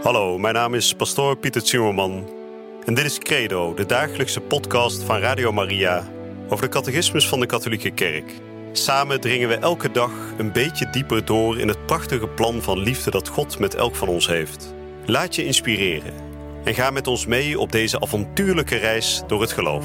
Hallo, mijn naam is pastoor Pieter Zimmerman en dit is Credo, de dagelijkse podcast van Radio Maria over de catechismus van de Katholieke Kerk. Samen dringen we elke dag een beetje dieper door in het prachtige plan van liefde dat God met elk van ons heeft. Laat je inspireren en ga met ons mee op deze avontuurlijke reis door het geloof.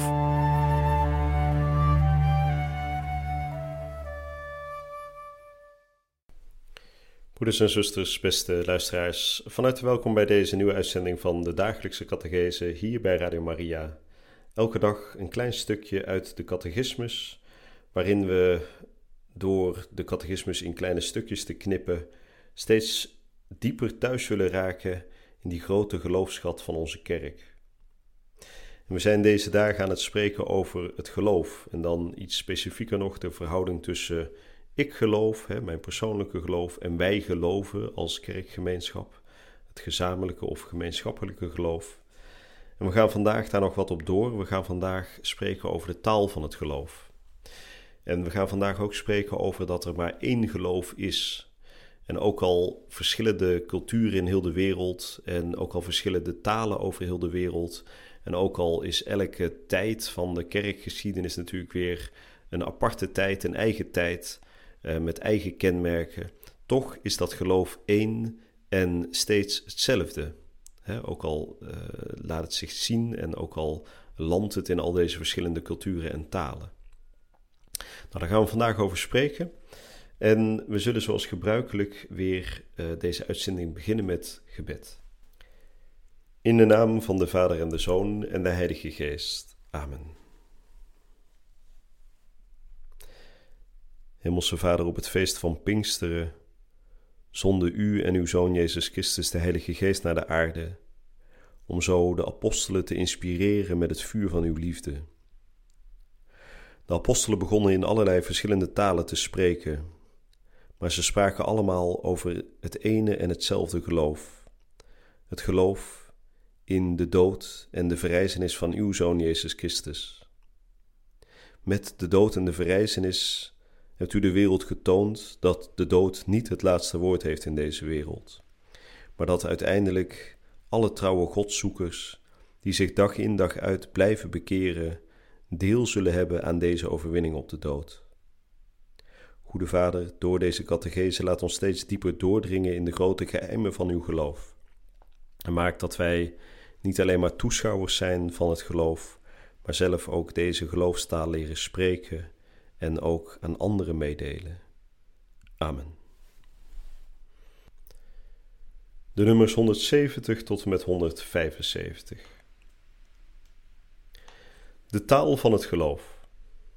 Broeders en zusters, beste luisteraars, van harte welkom bij deze nieuwe uitzending van de dagelijkse catechese hier bij Radio Maria. Elke dag een klein stukje uit de catechismus, waarin we door de catechismus in kleine stukjes te knippen steeds dieper thuis zullen raken in die grote geloofsschat van onze kerk. En we zijn deze dagen aan het spreken over het geloof en dan iets specifieker nog de verhouding tussen ik geloof, mijn persoonlijke geloof, en wij geloven als kerkgemeenschap, het gezamenlijke of gemeenschappelijke geloof. En we gaan vandaag daar nog wat op door. We gaan vandaag spreken over de taal van het geloof. En we gaan vandaag ook spreken over dat er maar één geloof is. En ook al verschillende culturen in heel de wereld en ook al verschillende talen over heel de wereld. En ook al is elke tijd van de kerkgeschiedenis natuurlijk weer een aparte tijd, een eigen tijd met eigen kenmerken. Toch is dat geloof één en steeds hetzelfde. Ook al laat het zich zien en ook al landt het in al deze verschillende culturen en talen. Nou, daar gaan we vandaag over spreken. En we zullen zoals gebruikelijk weer deze uitzending beginnen met gebed. In de naam van de Vader en de Zoon en de Heilige Geest. Amen. Hemelse Vader, op het feest van Pinksteren zondde u en uw Zoon Jezus Christus de Heilige Geest naar de aarde, om zo de apostelen te inspireren met het vuur van uw liefde. De apostelen begonnen in allerlei verschillende talen te spreken, maar ze spraken allemaal over het ene en hetzelfde geloof. Het geloof in de dood en de verrijzenis van uw Zoon Jezus Christus. Met de dood en de verrijzenis hebt u de wereld getoond dat de dood niet het laatste woord heeft in deze wereld, maar dat uiteindelijk alle trouwe godszoekers, die zich dag in dag uit blijven bekeren, deel zullen hebben aan deze overwinning op de dood. Goede Vader, door deze catechese laat ons steeds dieper doordringen in de grote geheimen van uw geloof. En maak dat wij niet alleen maar toeschouwers zijn van het geloof, maar zelf ook deze geloofstaal leren spreken en ook aan anderen meedelen. Amen. De nummers 170 tot en met 175. De taal van het geloof.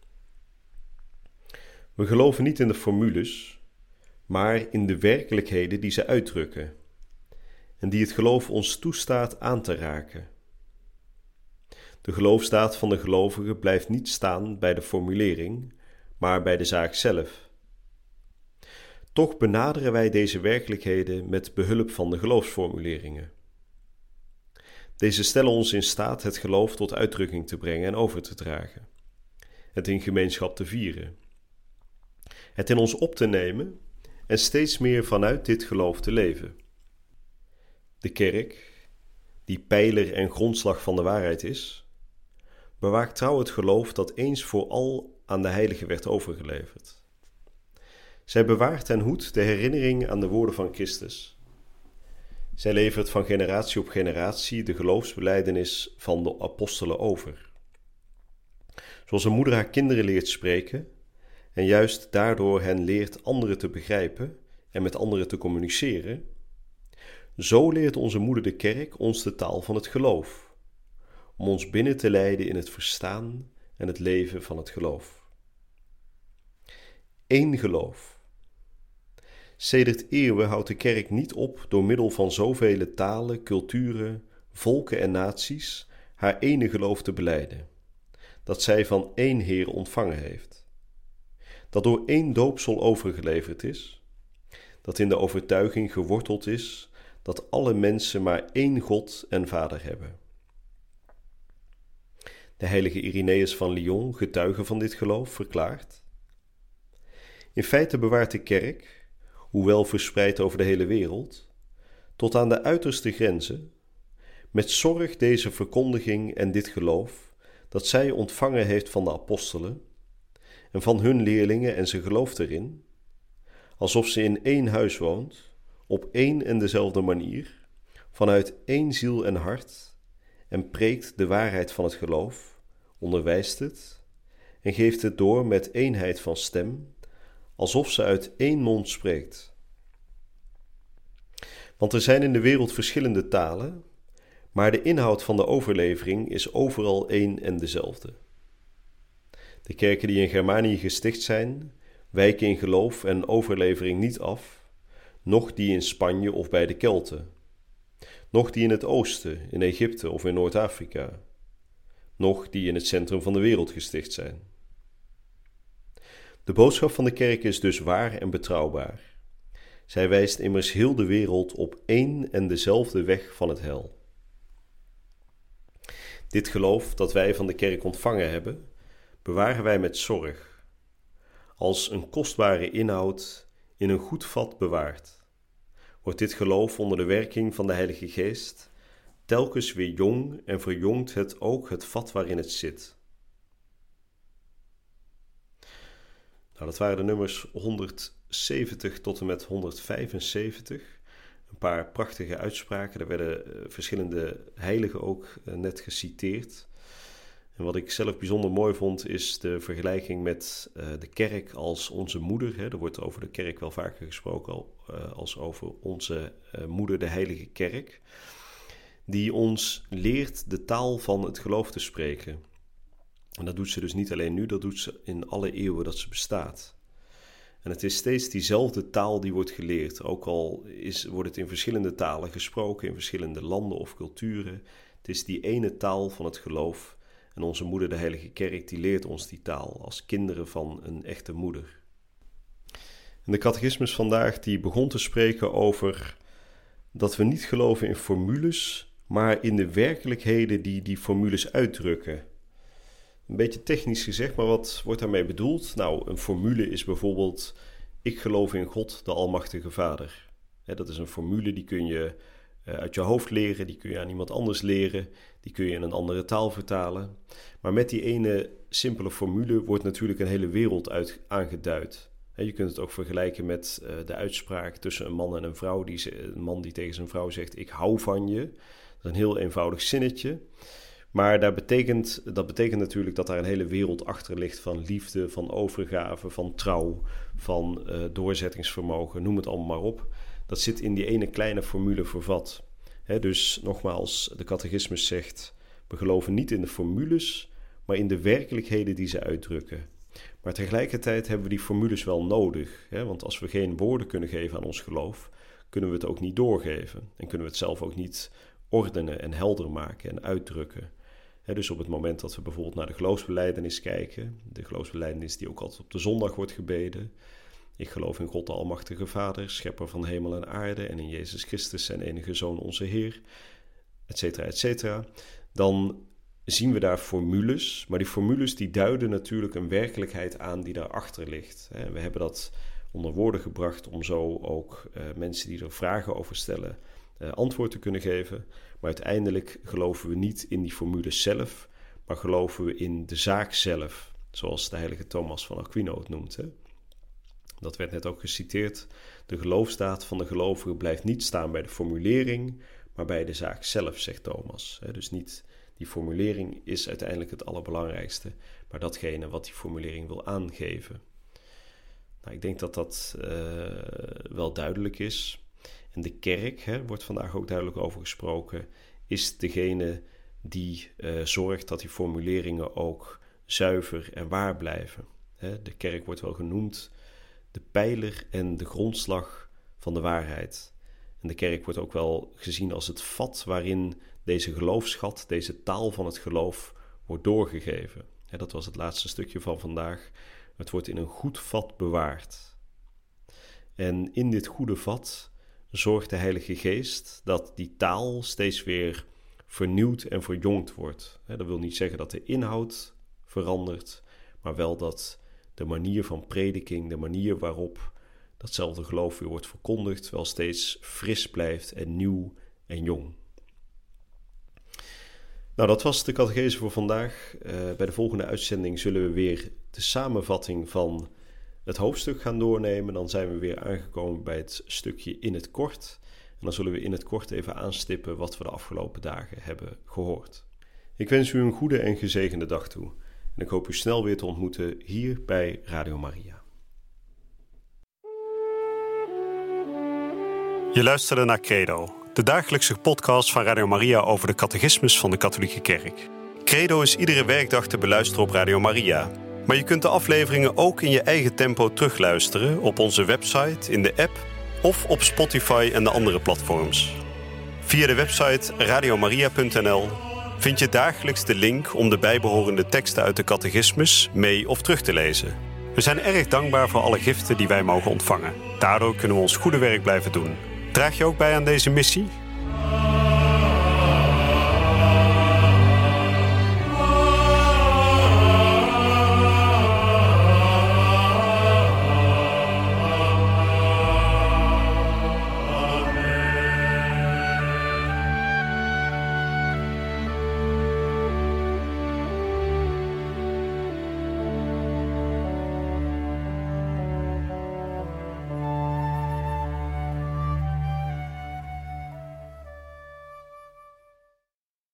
We geloven niet in de formules, maar in de werkelijkheden die ze uitdrukken en die het geloof ons toestaat aan te raken. De geloofsdaad van de gelovige blijft niet staan bij de formulering, maar bij de zaak zelf. Toch benaderen wij deze werkelijkheden met behulp van de geloofsformuleringen. Deze stellen ons in staat het geloof tot uitdrukking te brengen en over te dragen, het in gemeenschap te vieren, het in ons op te nemen en steeds meer vanuit dit geloof te leven. De kerk, die pijler en grondslag van de waarheid is, bewaakt trouw het geloof dat eens voor al aan de heilige werd overgeleverd. Zij bewaart en hoedt de herinnering aan de woorden van Christus. Zij levert van generatie op generatie de geloofsbelijdenis van de apostelen over. Zoals een moeder haar kinderen leert spreken en juist daardoor hen leert anderen te begrijpen en met anderen te communiceren, zo leert onze moeder de kerk ons de taal van het geloof, om ons binnen te leiden in het verstaan en het leven van het geloof. Eén geloof. Sedert eeuwen houdt de kerk niet op door middel van zoveel talen, culturen, volken en naties haar ene geloof te belijden, dat zij van één Heer ontvangen heeft, dat door één doopsel overgeleverd is, dat in de overtuiging geworteld is dat alle mensen maar één God en Vader hebben. De heilige Irenaeus van Lyon, getuige van dit geloof, verklaart: in feite bewaart de kerk, hoewel verspreid over de hele wereld, tot aan de uiterste grenzen, met zorg deze verkondiging en dit geloof, dat zij ontvangen heeft van de apostelen en van hun leerlingen en ze gelooft erin, alsof ze in één huis woont, op één en dezelfde manier, vanuit één ziel en hart, en preekt de waarheid van het geloof, onderwijst het en geeft het door met eenheid van stem, alsof ze uit één mond spreekt. Want er zijn in de wereld verschillende talen, maar de inhoud van de overlevering is overal één en dezelfde. De kerken die in Germanië gesticht zijn, wijken in geloof en overlevering niet af, noch die in Spanje of bij de Kelten, noch die in het oosten, in Egypte of in Noord-Afrika, noch die in het centrum van de wereld gesticht zijn. De boodschap van de kerk is dus waar en betrouwbaar. Zij wijst immers heel de wereld op één en dezelfde weg van het heil. Dit geloof dat wij van de kerk ontvangen hebben, bewaren wij met zorg, als een kostbare inhoud in een goed vat bewaard. Wordt dit geloof onder de werking van de Heilige Geest telkens weer jong en verjongt het ook het vat waarin het zit. Nou, dat waren de nummers 170 tot en met 175. Een paar prachtige uitspraken. Er werden verschillende heiligen ook net geciteerd. En wat ik zelf bijzonder mooi vond is de vergelijking met de kerk als onze moeder. Er wordt over de kerk wel vaker gesproken als over onze moeder, de heilige kerk. Die ons leert de taal van het geloof te spreken. En dat doet ze dus niet alleen nu, dat doet ze in alle eeuwen dat ze bestaat. En het is steeds diezelfde taal die wordt geleerd. Ook al wordt het in verschillende talen gesproken, in verschillende landen of culturen. Het is die ene taal van het geloof. En onze moeder, de heilige kerk, die leert ons die taal als kinderen van een echte moeder. En de catechismus vandaag die begon te spreken over dat we niet geloven in formules, maar in de werkelijkheden die die formules uitdrukken. Een beetje technisch gezegd, maar wat wordt daarmee bedoeld? Nou, een formule is bijvoorbeeld: ik geloof in God, de Almachtige Vader. Dat is een formule, die kun je uit je hoofd leren, die kun je aan iemand anders leren, die kun je in een andere taal vertalen. Maar met die ene simpele formule wordt natuurlijk een hele wereld aangeduid. Je kunt het ook vergelijken met de uitspraak tussen een man en een vrouw. Een man die tegen zijn vrouw zegt: ik hou van je. Dat is een heel eenvoudig zinnetje. Maar dat betekent natuurlijk dat daar een hele wereld achter ligt van liefde, van overgave, van trouw, van doorzettingsvermogen, noem het allemaal maar op. Dat zit in die ene kleine formule vervat. Dus nogmaals, de catechismus zegt: we geloven niet in de formules, maar in de werkelijkheden die ze uitdrukken. Maar tegelijkertijd hebben we die formules wel nodig. Want als we geen woorden kunnen geven aan ons geloof, kunnen we het ook niet doorgeven. En kunnen we het zelf ook niet ordenen en helder maken en uitdrukken. Dus op het moment dat we bijvoorbeeld naar de geloofsbelijdenis kijken, de geloofsbelijdenis die ook altijd op de zondag wordt gebeden: ik geloof in God de Almachtige Vader, schepper van hemel en aarde, en in Jezus Christus zijn enige Zoon onze Heer, etcetera, dan zien we daar formules, maar die formules die duiden natuurlijk een werkelijkheid aan die daarachter ligt. We hebben dat onder woorden gebracht om zo ook mensen die er vragen over stellen antwoord te kunnen geven. Maar uiteindelijk geloven we niet in die formules zelf, maar geloven we in de zaak zelf, zoals de heilige Thomas van Aquino het noemt. Dat werd net ook geciteerd. De geloofsdaad van de gelovige blijft niet staan bij de formulering, maar bij de zaak zelf, zegt Thomas. Dus niet die formulering is uiteindelijk het allerbelangrijkste, maar datgene wat die formulering wil aangeven. Nou, ik denk dat dat wel duidelijk is. En de kerk, wordt vandaag ook duidelijk over gesproken, is degene die zorgt dat die formuleringen ook zuiver en waar blijven. De kerk wordt wel genoemd de pijler en de grondslag van de waarheid. En de kerk wordt ook wel gezien als het vat waarin deze geloofsschat, deze taal van het geloof, wordt doorgegeven. Dat was het laatste stukje van vandaag. Het wordt in een goed vat bewaard. En in dit goede vat zorgt de Heilige Geest dat die taal steeds weer vernieuwd en verjongd wordt. Dat wil niet zeggen dat de inhoud verandert, maar wel dat de manier van prediking, de manier waarop datzelfde geloof weer wordt verkondigd, wel steeds fris blijft en nieuw en jong. Nou, dat was de catechese voor vandaag. Bij de volgende uitzending zullen we weer de samenvatting van het hoofdstuk gaan doornemen. Dan zijn we weer aangekomen bij het stukje in het kort. En dan zullen we in het kort even aanstippen wat we de afgelopen dagen hebben gehoord. Ik wens u een goede en gezegende dag toe. En ik hoop u snel weer te ontmoeten hier bij Radio Maria. Je luisterde naar Credo, de dagelijkse podcast van Radio Maria over de catechismus van de Katholieke Kerk. Credo is iedere werkdag te beluisteren op Radio Maria. Maar je kunt de afleveringen ook in je eigen tempo terugluisteren op onze website, in de app of op Spotify en de andere platforms. Via de website radiomaria.nl vind je dagelijks de link om de bijbehorende teksten uit de catechismus mee of terug te lezen. We zijn erg dankbaar voor alle giften die wij mogen ontvangen. Daardoor kunnen we ons goede werk blijven doen. Draag je ook bij aan deze missie?